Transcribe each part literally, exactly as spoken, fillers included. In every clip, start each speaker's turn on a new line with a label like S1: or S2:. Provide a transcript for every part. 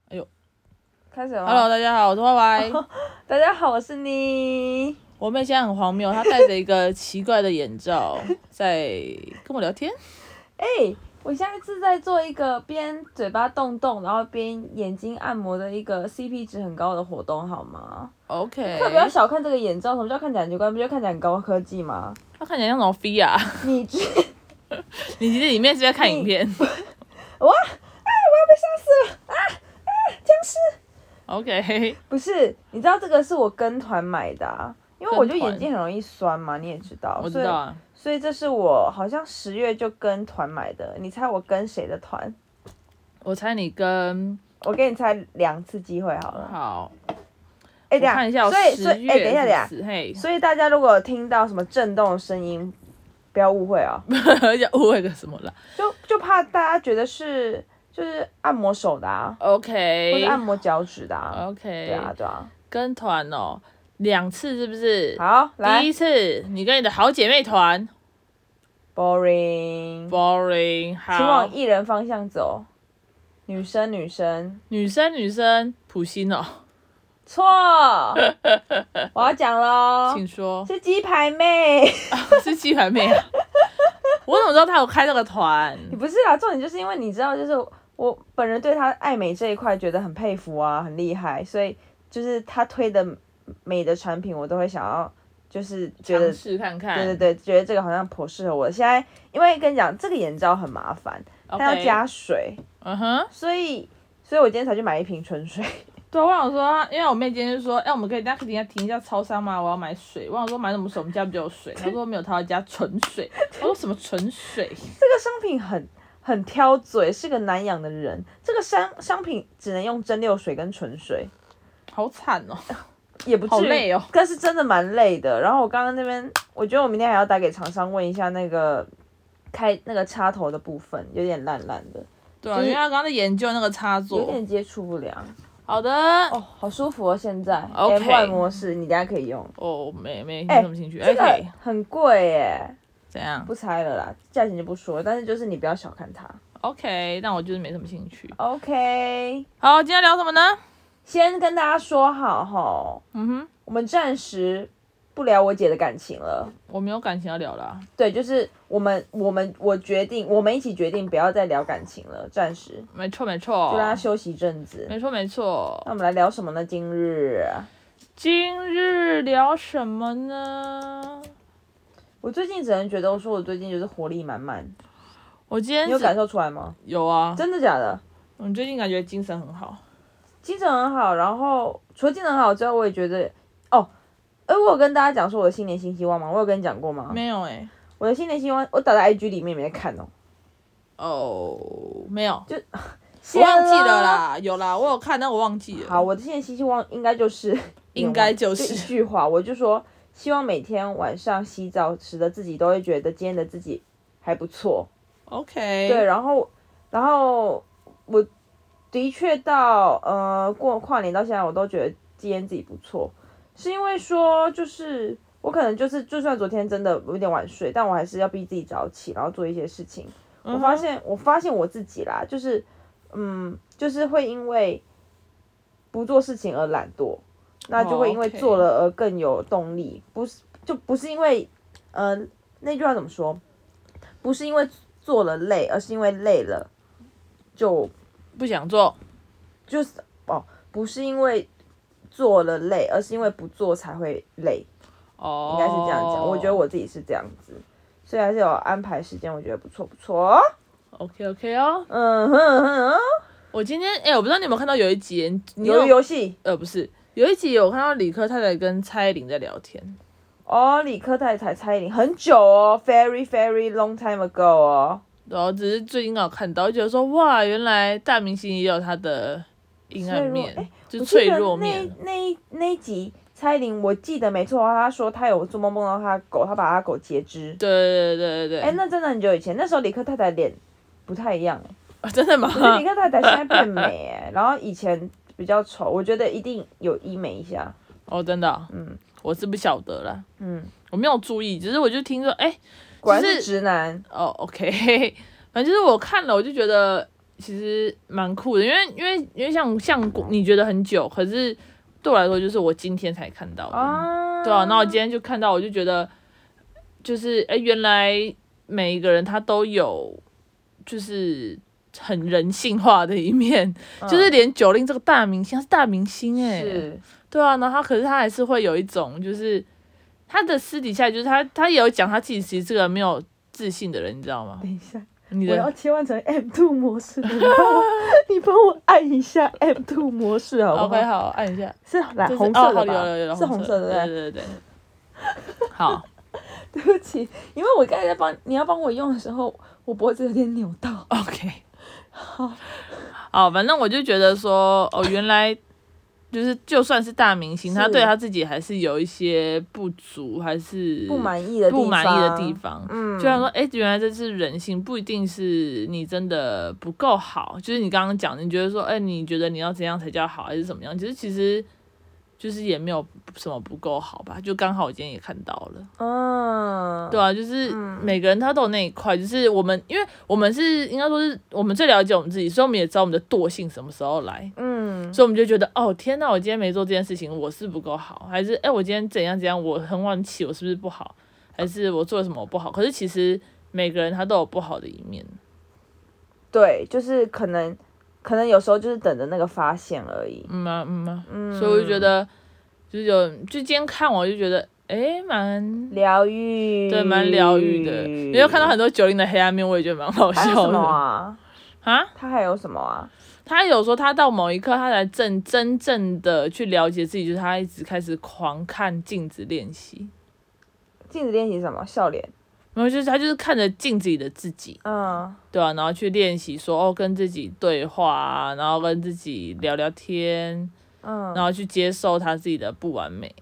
S1: 哎呦，
S2: 开始了吗
S1: Hello，大家好，我是 Y Y。
S2: 大家好，我是你。
S1: 我妹现在很荒谬，她戴着一个奇怪的眼罩在跟我聊天。
S2: 哎、欸，我现在是在做一个边嘴巴动动，然后边眼睛按摩的一个 C P 值很高的活动，好吗
S1: OK。
S2: 可不要小看这个眼罩，什么叫看起来很奇怪？不就看起来很高科技吗？
S1: 她看起来像什么 V 啊？
S2: 你这，
S1: 你其实里面是在看影片。
S2: 哇！啊！我要被杀死了！啊啊！僵尸！
S1: OK。
S2: 不是，你知道这个是我跟团买的、啊，因为我就眼睛很容易酸嘛，你也知道。
S1: 我知道啊。
S2: 所以这是我好像十月就跟团买的，你猜我跟谁的团？
S1: 我猜你跟……
S2: 我给你猜两次机会好了。
S1: 好。
S2: 哎、欸，等一下，
S1: 看一下，
S2: 所以所以哎、欸，等一下等一下，
S1: 嘿，
S2: 所以大家如果听到什么震动的声音，不要误会啊、
S1: 哦，要误会个什么啦？
S2: 就就怕大家觉得是就是按摩手的啊
S1: ，OK，
S2: 或者按摩脚趾的啊
S1: ，OK，
S2: 对啊对啊，
S1: 跟团哦，两次是不是？
S2: 好，来，
S1: 第一次你跟你的好姐妹团
S2: ，boring，
S1: ，boring， 好，
S2: 请往一人方向走，女生女生，
S1: 女生女生，普星哦，
S2: 错，我要讲喽，
S1: 请说，
S2: 是鸡排妹，
S1: 是鸡排妹啊？我怎么知道她有开这个团？
S2: 你不是啦，重点就是因为你知道，就是我本人对她爱美这一块觉得很佩服啊，很厉害，所以就是她推的美的产品，我都会想要，就是觉得
S1: 尝试看看，
S2: 对对对，觉得这个好像颇适合我。现在因为跟你讲，这个眼罩很麻烦，它要加水，
S1: 嗯哼，
S2: 所以所以我今天才去买一瓶纯水。
S1: 对，我想说，因为我妹今天就说，哎、欸，我们可以大家可以停一下停一下超商吗？我要买水。我想说买什么水？我们家不就有水？她说没有，她要加纯水。我说什么纯水？
S2: 这个商品很很挑嘴，是个难养的人。这个商商品只能用蒸馏水跟纯水，
S1: 好惨哦，
S2: 也不至于，
S1: 好累哦。
S2: 但是真的蛮累的。然后我刚刚那边，我觉得我明天还要打给厂商问一下那个开那个插头的部分，有点烂烂的。
S1: 对啊，因为他刚刚在研究那个插座，
S2: 有点接触不良。
S1: 好的。
S2: 哦，好舒服哦，现在
S1: OK
S2: M one 模式，你等下可以用。
S1: 哦，没没没
S2: 哎
S1: 什么兴趣。
S2: 这个
S1: OK，
S2: 很贵耶。
S1: 怎样？
S2: 不猜了啦，价钱就不说了，但是就是你不要小看它。
S1: OK， 但我就是没什么兴趣。
S2: OK，
S1: 好，今天聊什么呢？
S2: 先跟大家说好齁，
S1: 嗯哼，
S2: 我们暂时不聊我姐的感情了。
S1: 我没有感情要聊啦。
S2: 对，就是我们我们我决定，我们一起决定不要再聊感情了，暂时
S1: 没错没错，
S2: 就让他休息一阵子。
S1: 没错没错。
S2: 那我们来聊什么呢？今日，
S1: 今日聊什么呢？
S2: 我最近只能觉得，我说我最近就是活力满满。
S1: 我今天
S2: 你有感受出来吗？
S1: 有啊，
S2: 真的假的？
S1: 我最近感觉精神很好，
S2: 精神很好，然后除了精神很好之外，我也觉得哦，哎，我有跟大家讲说我的新年新希望吗？我有跟你讲过吗？
S1: 没有哎、欸。
S2: 我的新年希望，我打在 I G 里面没在看哦。
S1: 哦，没有，
S2: 就
S1: 我忘记了啦，有啦，我有看，但我忘记了。
S2: 好，我的新年新希望应该就是
S1: 应该就
S2: 是一句话，我就说希望每天晚上洗澡时的自己都会觉得今天的自己还不错。
S1: OK。
S2: 对，然后然后我的确到呃过跨年到现在，我都觉得今天自己不错，是因为说就是我可能就是就算昨天真的有点晚睡，但我还是要逼自己早起，然后做一些事情。
S1: 嗯、
S2: 我发现我发现我自己啦，就是嗯就是会因为不做事情而懒惰，那就会因为做了而更有动力，不是就不是因为呃那句话怎么说？不是因为做了累，而是因为累了就
S1: 不想做，
S2: 就是哦，不是因为做了累，而是因为不做才会累。
S1: 哦，
S2: 应该是这样讲。我觉得我自己是这样子，所以还是有安排时间，我觉得不错不错。
S1: OK OK 哦，
S2: 嗯哼哼。
S1: 我今天哎、欸，我不知道你有没有看到有一集，
S2: 鱿鱼游戏
S1: 呃不是，有一集有看到理科太太跟蔡依林在聊天。
S2: 哦，理科太太蔡依林很久哦 ，very very long time ago 哦。
S1: 然后只是最近刚好看到，就觉得说哇，原来大明星也有他的阴暗面，
S2: 欸、
S1: 就脆弱面。
S2: 那那那一集蔡依林，我记得没错，她说她有做梦梦到她狗，她把她狗截肢。
S1: 对对对对对。
S2: 哎、欸，那真的很久以前，那时候理科太太脸不太一样、欸
S1: 啊、真的吗？
S2: 我觉得理科太太现在变美哎、欸，然后以前比较丑，我觉得一定有医美一下。
S1: 哦，真的、哦，
S2: 嗯，
S1: 我是不晓得啦，
S2: 嗯，
S1: 我没有注意，只是我就听说，哎、欸，
S2: 果然是直男
S1: 哦 ，OK， 反正就是我看了，我就觉得其实蛮酷的，因为因为因为像像你觉得很久，可是对我来说就是我今天才看到的，
S2: 啊，
S1: 对啊，然后我今天就看到，我就觉得就是哎、欸，原来每一个人他都有就是很人性化的一面，
S2: 嗯、
S1: 就是连九令这个大明星，他是大明星哎、欸，
S2: 是，
S1: 对啊，然后他可是他还是会有一种就是他的私底下就是他他也有讲他自己其实是个没有自信的人，你知道吗？
S2: 等一下。
S1: 你
S2: 我要
S1: 的
S2: 切换成 M 二 模式，你帮我，你帮我按一下 M 二 模式好不好
S1: OK 好，按一下，
S2: 是来
S1: 就是
S2: 红色
S1: 哦，好
S2: 的吧？
S1: 有有有
S2: 是红色的，
S1: 对
S2: 对
S1: 对对对。好，
S2: 对不起，因为我刚才在帮你要帮我用的时候，我脖子有点扭到。
S1: OK，
S2: 好，
S1: 好，反正我就觉得说，哦，原来就是就算是大明星，
S2: 是
S1: 他对他自己还是有一些不足，还是
S2: 不满意的地方
S1: 不满意的地方。
S2: 嗯，
S1: 就像说，哎、原来这是人性，不一定是你真的不够好，就是你刚刚讲的，你觉得说，哎、你觉得你要怎样才叫好，还是怎么样？其实其实就是也没有什么不够好吧，就刚好我今天也看到了。
S2: 嗯，
S1: 对啊，就是
S2: 嗯
S1: 每个人他都有那一块，就是我们，因为我们是应该说是我们最了解我们自己，所以我们也知道我们的惰性什么时候来，
S2: 嗯，
S1: 所以我们就觉得，哦天哪，我今天没做这件事情，我是不够好，还是哎、我今天怎样怎样，我很晚起，我是不是不好，还是我做了什么我不好？可是其实每个人他都有不好的一面。
S2: 对，就是可能可能有时候就是等着那个发现而已。
S1: 嗯啊嗯啊，
S2: 嗯，
S1: 所以我就觉得，就是有，就今天看我就觉得，哎，蛮
S2: 疗愈，
S1: 对，蛮疗愈的。因为看到很多九零的黑暗面，我也觉得蛮好笑的。
S2: 还有什么啊？
S1: 啊？
S2: 他还有什么啊？
S1: 他有说，他到某一刻，他才真真正的去了解自己，就是他一直开始狂看镜子练习。
S2: 镜子练习什么？笑脸。
S1: 然后就是他就是看着镜子里的自己，
S2: 嗯，
S1: 对啊，然后去练习说哦，跟自己对话啊，然后跟自己聊聊天，
S2: 嗯，
S1: 然后去接受他自己的不完美，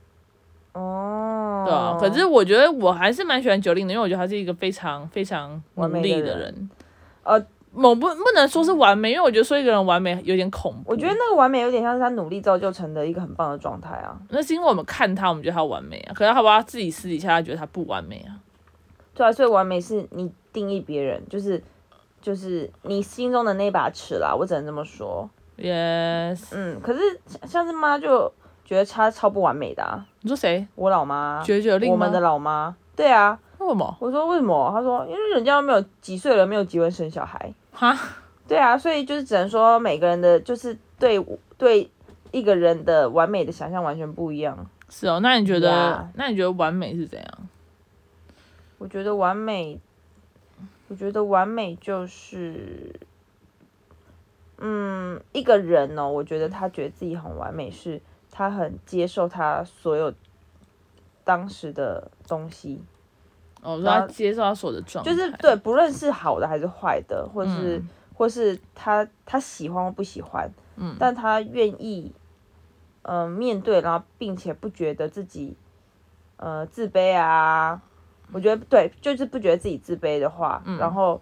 S2: 哦，
S1: 对啊。可是我觉得我还是蛮喜欢九令的，因为我觉得他是一个非常非常努力
S2: 完美的人
S1: 人。
S2: 呃，
S1: 某不不能说是完美，因为我觉得说一个人完美有点恐怖。
S2: 我觉得那个完美有点像是他努力造就成的一个很棒的状态啊。
S1: 那是因为我们看他，我们觉得他完美啊，可是他把他自己私底下他觉得他不完美啊。
S2: 对啊，所以完美是你定义别人，就是就是你心中的那把尺啦，我只能这么说。
S1: Yes，
S2: 嗯，可是像是妈就觉得她超不完美的啊。
S1: 你说谁？
S2: 我老妈，
S1: 九九令吗？
S2: 我们的老妈。对啊，
S1: 为什么？
S2: 我说为什么？她说因为人家没有几岁了，没有结婚生小孩。
S1: 哈？
S2: 对啊，所以就是只能说每个人的就是对对一个人的完美的想象完全不一样。
S1: 是哦，那你觉得
S2: Yeah
S1: 那你觉得完美是怎样？
S2: 我觉得完美，我觉得完美就是，嗯，一个人哦，我觉得他觉得自己很完美，是他很接受他所有当时的东西，
S1: 哦，说他接受他所有的状态，
S2: 就是对，不论是好的还是坏的，或是、
S1: 嗯
S2: 或是他他喜欢或不喜欢，
S1: 嗯，
S2: 但他愿意，嗯、呃，面对，然后并且不觉得自己，呃，自卑啊。我觉得对，就是不觉得自己自卑的话，
S1: 嗯
S2: 然后，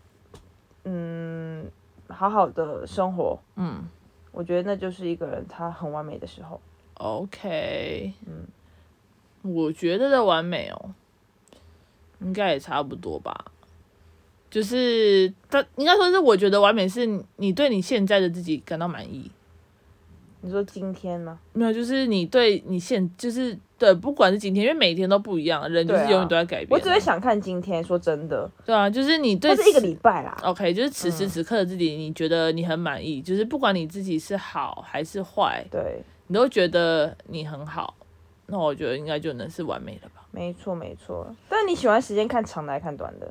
S2: 嗯，好好的生活，
S1: 嗯
S2: 我觉得那就是一个人他很完美的时候。
S1: ，OK，
S2: 嗯，
S1: 我觉得的完美哦，应该也差不多吧。就是他应该说是，我觉得完美是你对你现在的自己感到满意。
S2: 你说今天吗？
S1: 没有，就是你对你现就是对，不管是今天，因为每天都不一样，人就是
S2: 对啊
S1: 永远都在改变、
S2: 我只会，想看今天，说真的，
S1: 对啊，就是你对
S2: 或是一个礼拜啦。
S1: OK，就是此时
S2: 嗯
S1: 此刻的自己，你觉得你很满意，就是不管你自己是好还是坏，
S2: 对，
S1: 你都觉得你很好，那我觉得应该就能是完美了吧。
S2: 没错没错。但你喜欢时间看长的还是看短的？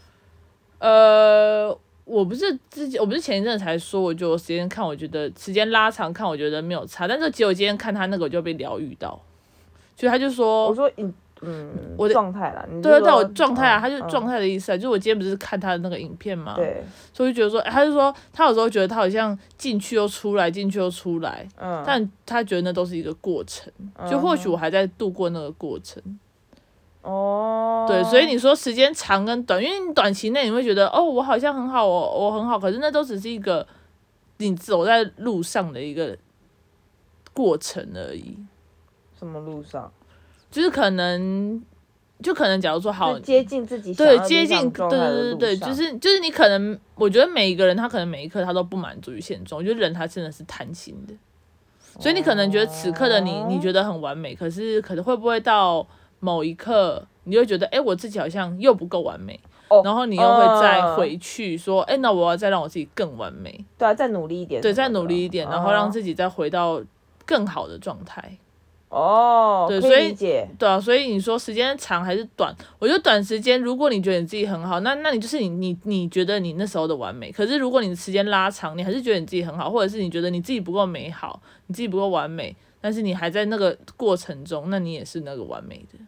S1: 呃，我不是之前，我不是前一阵才说，我就时间看，我觉得时间拉长看，我觉得没有差，但是结果今天看他那个，我就被疗愈到，所以他就说，
S2: 我说嗯嗯，
S1: 我的
S2: 状态啦，你
S1: 对啊，对啊，
S2: 就说
S1: 我状态啊，
S2: 嗯
S1: 他就是状态的意思啊，就是我今天不是看他的那个影片嘛，
S2: 对，
S1: 所以我就觉得说，哎他就说他有时候觉得他好像进去又出来，进去又出来，
S2: 嗯，
S1: 但他觉得那都是一个过程，就或许我还在度过那个过程。
S2: 哦，
S1: 对，所以你说时间长跟短，因为你短期内你会觉得哦，我好像很好，我我很好，可是那都只是一个你走在路上的一个过程而已。
S2: 什么路上？
S1: 就是可能就可能假如说好
S2: 接近自己想要
S1: 对接近对对对对，就是就是你可能我觉得每一个人他可能每一刻他都不满足于现状，我觉得人他真的是贪心的，所以你可能觉得此刻的你你觉得很完美，可是可能会不会到某一刻你就会觉得哎、欸、我自己好像又不够完美。
S2: 哦、
S1: 然后你又会再回去说，哎、呃，那我要再让我自己更完美。
S2: 对啊，再努力一点。
S1: 对，再努力一点，然后让自己再回到更好的状态。
S2: 哦，
S1: 对，
S2: 可以理解。
S1: 对啊，所以你说时间长还是短？我觉得短时间，如果你觉得你自己很好，那那你就是你你你觉得你那时候的完美。可是如果你时间拉长，你还是觉得你自己很好，或者是你觉得你自己不够美好，你自己不够完美，但是你还在那个过程中，那你也是那个完美的。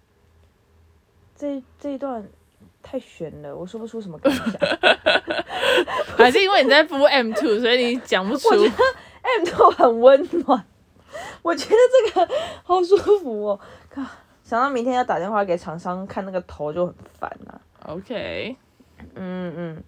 S2: 这这一段。太悬了，我说不出什么感想。
S1: 还是因为你在敷 M 二 所以你讲不出。
S2: 我觉得 M 二 很温暖，我觉得这个好舒服哦。想到明天要打电话给厂商看那个头就很烦啊。
S1: OK。
S2: 嗯嗯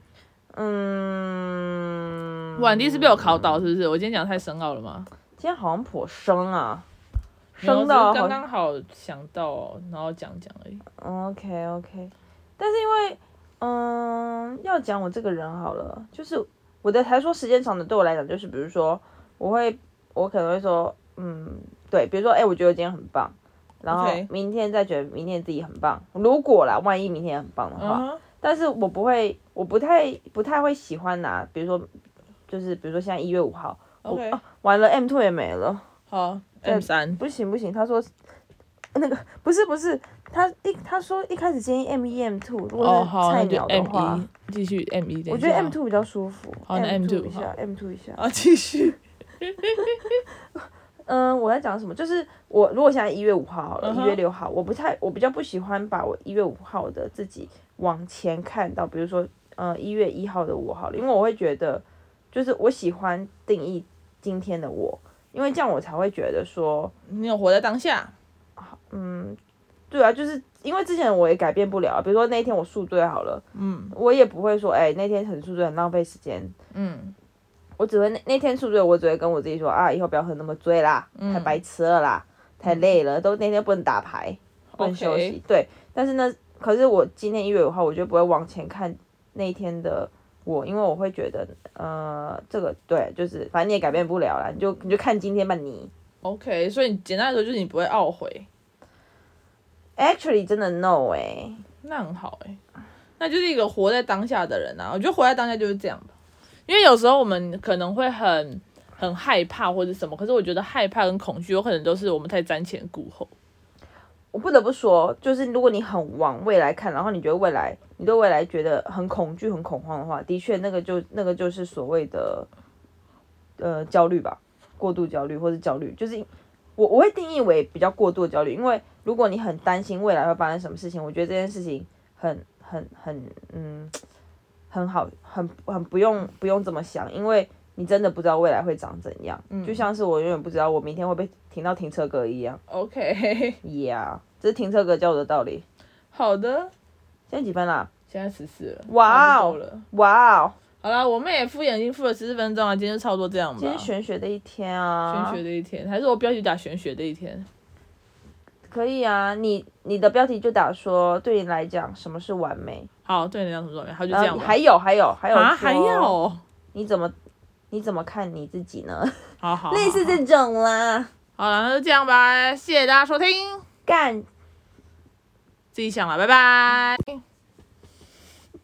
S2: 嗯。
S1: 哇，你第一次被我考倒是不是？我今天讲太深奥了吗？
S2: 今天好像颇深啊，深到
S1: 刚刚好想到、哦，然后讲讲而已。
S2: OK OK。但是因为，嗯，要讲我这个人好了，就是我的才说时间长的对我来讲，就是比如说，我会，我可能会说，嗯，对，比如说，哎、欸，我觉得我今天很棒，然后明天再觉得明天自己很棒。如果啦，万一明天很棒的话， uh-huh. 但是我不会，我不太不太会喜欢拿，比如说，就是比如说现在一月五号
S1: ，OK，、
S2: 啊、完了 M 二 也没了，
S1: 好 M 三，
S2: 不行不行，他说那个不是不是。他一他说一开始建议 M 一 M 二，如果是菜鸟的话，
S1: 继续 M 一。
S2: 我觉得 M 二 比较舒服。
S1: 好，那 M 二
S2: 一下 ，M 二 一下。
S1: 啊，继续。
S2: 嗯，我在讲什么？就是我如果现在一月五号好了，一、uh-huh. 月六号，我不太，我比较不喜欢把我一月五号的自己往前看到，比如说，呃，一月一号的我好了，因为我会觉得，就是我喜欢定义今天的我，因为这样我才会觉得说，
S1: 你有活在当下。
S2: 嗯。对啊，就是因为之前我也改变不了，比如说那一天我宿醉好了，
S1: 嗯，
S2: 我也不会说，哎、欸，那天很宿醉很浪费时间，
S1: 嗯，
S2: 我只会那那天宿醉，我只会跟我自己说啊，以后不要喝那么醉啦，嗯、太白痴了啦，太累了，都那天不能打牌，不能休息，
S1: okay.
S2: 对，但是呢，可是我今天一月五号，我就不会往前看那一天的我，因为我会觉得，呃，这个对，就是反正你也改变不了啦，你就你就看今天吧你。
S1: OK， 所以简单来说就是你不会懊悔。
S2: Actually 真的 no 哎、欸，
S1: 那很好哎、欸，那就是一个活在当下的人啊。我觉得活在当下就是这样吧，因为有时候我们可能会很很害怕或者什么，可是我觉得害怕跟恐惧有可能都是我们太瞻前顾后。
S2: 我不得不说，就是如果你很往未来看，然后你觉得未来，你对未来觉得很恐惧、很恐慌的话，的确那个就那个就是所谓的呃焦虑吧，过度焦虑或者焦虑，就是我我会定义为比较过度的焦虑，因为如果你很担心未来会发生什么事情，我觉得这件事情很很很嗯很好，很很不用不用这么想，因为你真的不知道未来会长怎样，嗯、就像是我永远不知道我明天会被停到停车格一样。OK，Yeah， 这是停车格教我的道理。
S1: 好的，
S2: 现在几分啦？
S1: 现在十四了。
S2: 哇哦，哇哦。
S1: 好啦，我们也敷衍已经敷了十四分钟了，今天就差不多这样吧。
S2: 今天玄学的一天啊，
S1: 玄学的一天，还是我标题打玄学的一天？
S2: 可以啊，你你的标题就打说，对你来讲什么是完美？
S1: 好，对你来讲什么是完美？好，就这样吧。
S2: 呃、还有还有还有
S1: 啊，还要？
S2: 你怎么你怎么看你自己呢？
S1: 好好，
S2: 类似这种啦。
S1: 好了，那就这样吧，谢谢大家收听，
S2: 干，
S1: 自己想了，拜拜。